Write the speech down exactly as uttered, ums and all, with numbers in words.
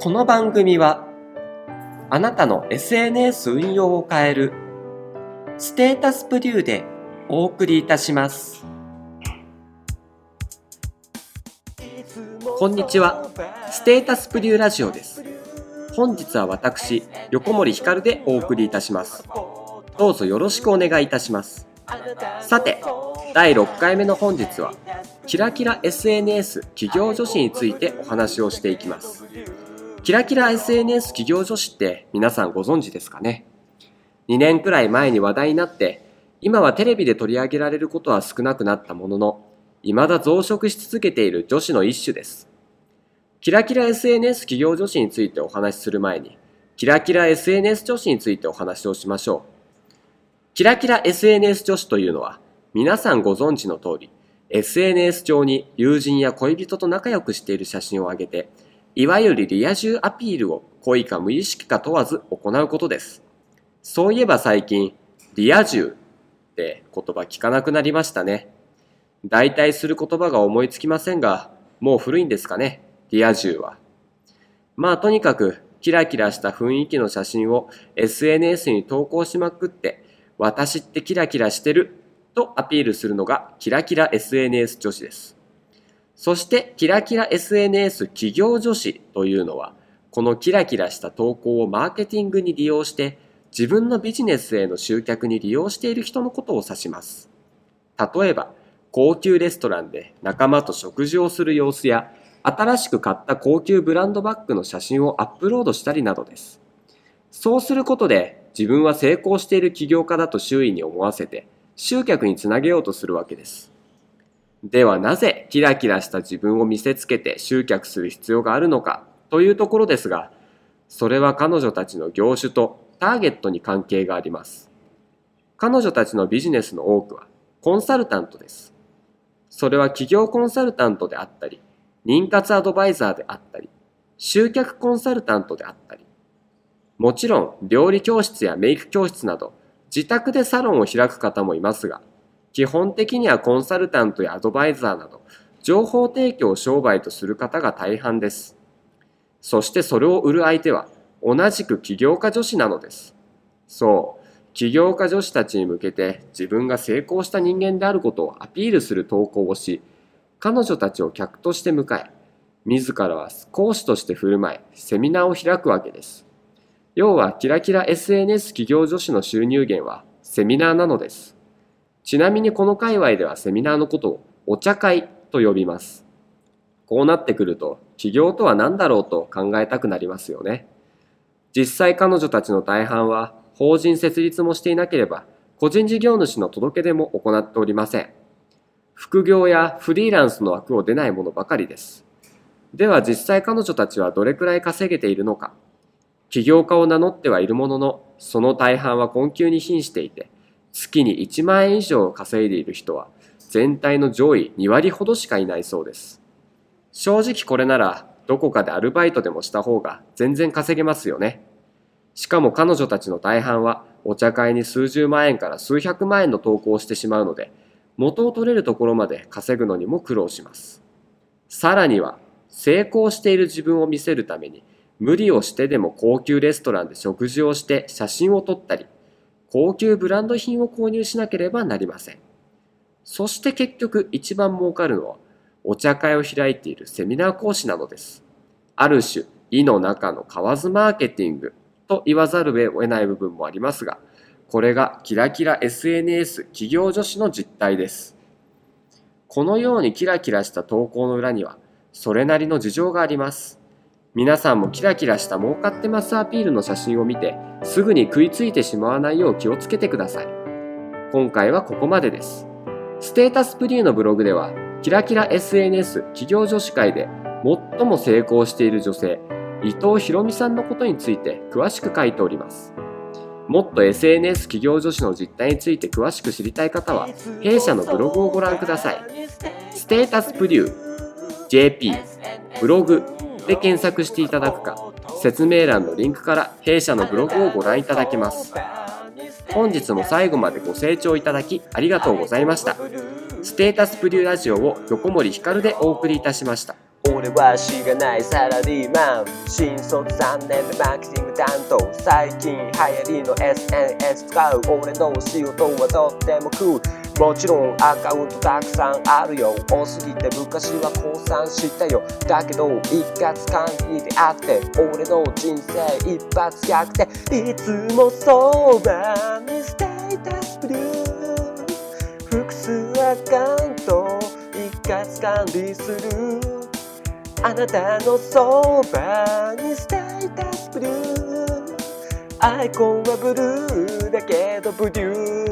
この番組はあなたの エスエヌエス 運用を変えるステータスプリューでお送りいたします。こんにちは、ステータスプリューラジオです。本日は私横森ひかるでお送りいたします。どうぞよろしくお願いいたします。さて、だいろっかいめの本日はキラキラ エスエヌエス 企業女子についてお話をしていきます。キラキラ エスエヌエス 企業女子って皆さんご存知ですかね。にねんくらい前に話題になって、今はテレビで取り上げられることは少なくなったものの、未だ増殖し続けている女子の一種です。キラキラ エスエヌエス 企業女子についてお話しする前に、キラキラ エスエヌエス 女子についてお話をしましょう。キラキラ エスエヌエス 女子というのは、皆さんご存知の通り、エスエヌエス 上に友人や恋人と仲良くしている写真を上げて、いわゆるリア充アピールを故意か無意識か問わず行うことです。そういえば最近、リア充って言葉聞かなくなりましたね。代替する言葉が思いつきませんが、もう古いんですかね、リア充は。まあとにかく、キラキラした雰囲気の写真を エスエヌエス に投稿しまくって、私ってキラキラしてるとアピールするのがキラキラ エスエヌエス 女子です。そしてキラキラ エスエヌエス 企業女子というのは、このキラキラした投稿をマーケティングに利用して自分のビジネスへの集客に利用している人のことを指します。例えば、高級レストランで仲間と食事をする様子や、新しく買った高級ブランドバッグの写真をアップロードしたりなどです。そうすることで自分は成功している起業家だと周囲に思わせて集客につなげようとするわけです。ではなぜキラキラした自分を見せつけて集客する必要があるのかというところですが、それは彼女たちの業種とターゲットに関係があります。彼女たちのビジネスの多くはコンサルタントです。それは企業コンサルタントであったり、妊活アドバイザーであったり、集客コンサルタントであったり、もちろん料理教室やメイク教室など自宅でサロンを開く方もいますが、基本的にはコンサルタントやアドバイザーなど情報提供を商売とする方が大半です。そしてそれを売る相手は同じく起業家女子なのです。そう、起業家女子たちに向けて自分が成功した人間であることをアピールする投稿をし、彼女たちを客として迎え、自らは講師として振る舞い、セミナーを開くわけです。要はキラキラ エスエヌエス 企業女子の収入源はセミナーなのです。ちなみにこの界隈ではセミナーのことをお茶会と呼びます。こうなってくると、起業とは何だろうと考えたくなりますよね。実際彼女たちの大半は法人設立もしていなければ、個人事業主の届け出も行っておりません。副業やフリーランスの枠を出ないものばかりです。では実際彼女たちはどれくらい稼げているのか。起業家を名乗ってはいるものの、その大半は困窮に瀕していて、月にいちまんえん以上稼いでいる人は全体の上位にわりほどしかいないそうです。正直これならどこかでアルバイトでもした方が全然稼げますよね。しかも彼女たちの大半はお茶会に数十万円から数百万円の投稿をしてしまうので、元を取れるところまで稼ぐのにも苦労します。さらには成功している自分を見せるために無理をしてでも高級レストランで食事をして写真を撮ったり、高級ブランド品を購入しなければなりません。そして結局一番儲かるのはお茶会を開いているセミナー講師なのです。ある種、意の中の蛙マーケティングと言わざるを得ない部分もありますが、これがキラキラ エスエヌエス 企業女子の実態です。このようにキラキラした投稿の裏にはそれなりの事情があります。皆さんもキラキラした儲かってますアピールの写真を見てすぐに食いついてしまわないよう気をつけてください。今回はここまでです。ステータスプリューのブログではキラキラ エスエヌエス 企業女子会で最も成功している女性伊藤博美さんのことについて詳しく書いております。もっと エスエヌエス 企業女子の実態について詳しく知りたい方は弊社のブログをご覧ください。ステータスプリュー ジェーピー ブログで検索していただくか、説明欄のリンクから弊社のブログをご覧いただけます。本日も最後までご清聴いただきありがとうございました。ステータスプリューラジオを横森ひかるでお送りいたしました。 俺はしがないサラリーマン、新卒さんねんめマーケティング担当、最近流行りの エスエヌエス 使う俺の仕事はとってもクール。もちろんアカウントたくさんあるよ、多すぎて昔は降参したよ。だけど一括管理であって俺の人生一発逆転、いつもそばにステータスブルー、複数アカウント一括管理する、あなたのそばにステータスブルー、アイコンはブルーだけどブリュー